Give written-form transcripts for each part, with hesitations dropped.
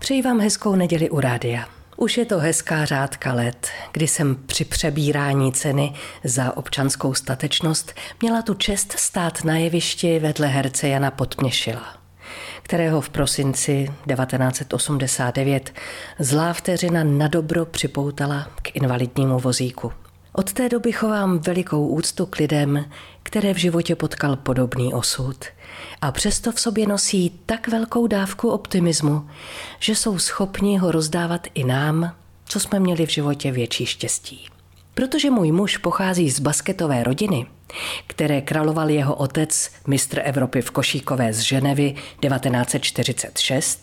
Přeji vám hezkou neděli u rádia. Už je to hezká řádka let, kdy jsem při přebírání ceny za občanskou statečnost měla tu čest stát na jevišti vedle herce Jana Podměšila, kterého v prosinci 1989 zlá vteřina nadobro připoutala k invalidnímu vozíku. Od té doby chovám velikou úctu k lidem, které v životě potkal podobný osud a přesto v sobě nosí tak velkou dávku optimismu, že jsou schopni ho rozdávat i nám, co jsme měli v životě větší štěstí. Protože můj muž pochází z basketové rodiny, které královal jeho otec, mistr Evropy v košíkové z Ženevy 1946,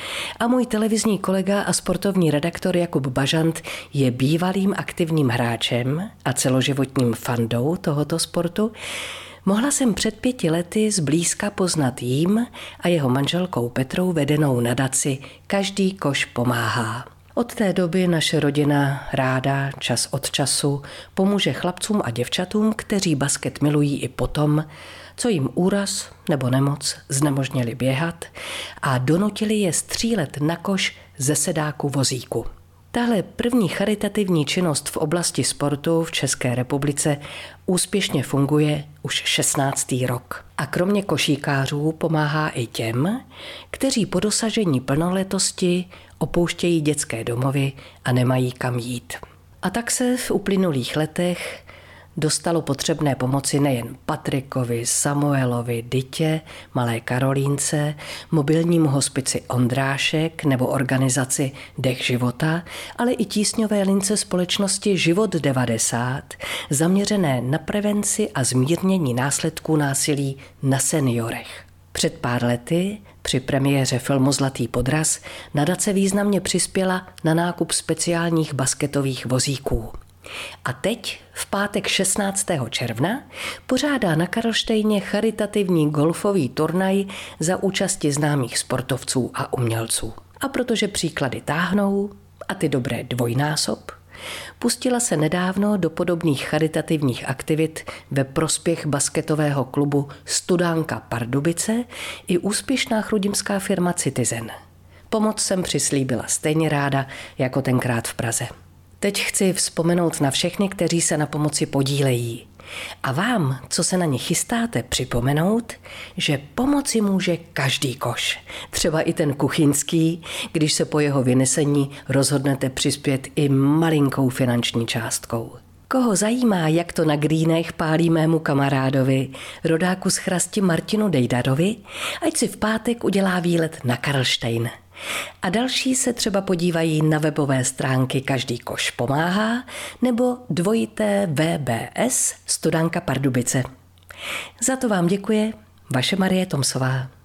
a můj televizní kolega a sportovní redaktor Jakub Bažant je bývalým aktivním hráčem a celoživotním fandou tohoto sportu, mohla jsem před 5 lety zblízka poznat jím a jeho manželkou Petrou vedenou nadaci Každý koš pomáhá. Od té doby naše rodina ráda čas od času pomůže chlapcům a děvčatům, kteří basket milují i potom, co jim úraz nebo nemoc znemožnili běhat a donutili je střílet na koš ze sedáku vozíku. Tahle první charitativní činnost v oblasti sportu v České republice úspěšně funguje už 16. rok. A kromě košíkářů pomáhá i těm, kteří po dosažení plnoletosti opouštějí dětské domovy a nemají kam jít. A tak se v uplynulých letech dostalo potřebné pomoci nejen Patrikovi, Samuelovi, Dytě, malé Karolínce, mobilnímu hospici Ondrášek nebo organizaci Dech života, ale i tísňové lince společnosti Život 90, zaměřené na prevenci a zmírnění následků násilí na seniorech. Před pár lety při premiéře filmu Zlatý podraz nadace významně přispěla na nákup speciálních basketových vozíků. A teď, v pátek 16. června, pořádá na Karlštejně charitativní golfový turnaj za účasti známých sportovců a umělců. A protože příklady táhnou, a ty dobré dvojnásob, pustila se nedávno do podobných charitativních aktivit ve prospěch basketového klubu Studánka Pardubice i úspěšná chrudimská firma Citizen. Pomoc jsem přislíbila stejně ráda jako tenkrát v Praze. Teď chci vzpomenout na všechny, kteří se na pomoci podílejí. A vám, co se na ně chystáte, připomenout, že pomoci může každý koš. Třeba i ten kuchyňský, když se po jeho vynesení rozhodnete přispět i malinkou finanční částkou. Koho zajímá, jak to na greenech pálí mému kamarádovi, rodáku z Chrasti Martinu Dejdarovi, ať si v pátek udělá výlet na Karlštejn. A další se třeba podívají na webové stránky Každý koš pomáhá nebo VBS Studánka Pardubice. Za to vám děkuje vaše Marie Tomsová.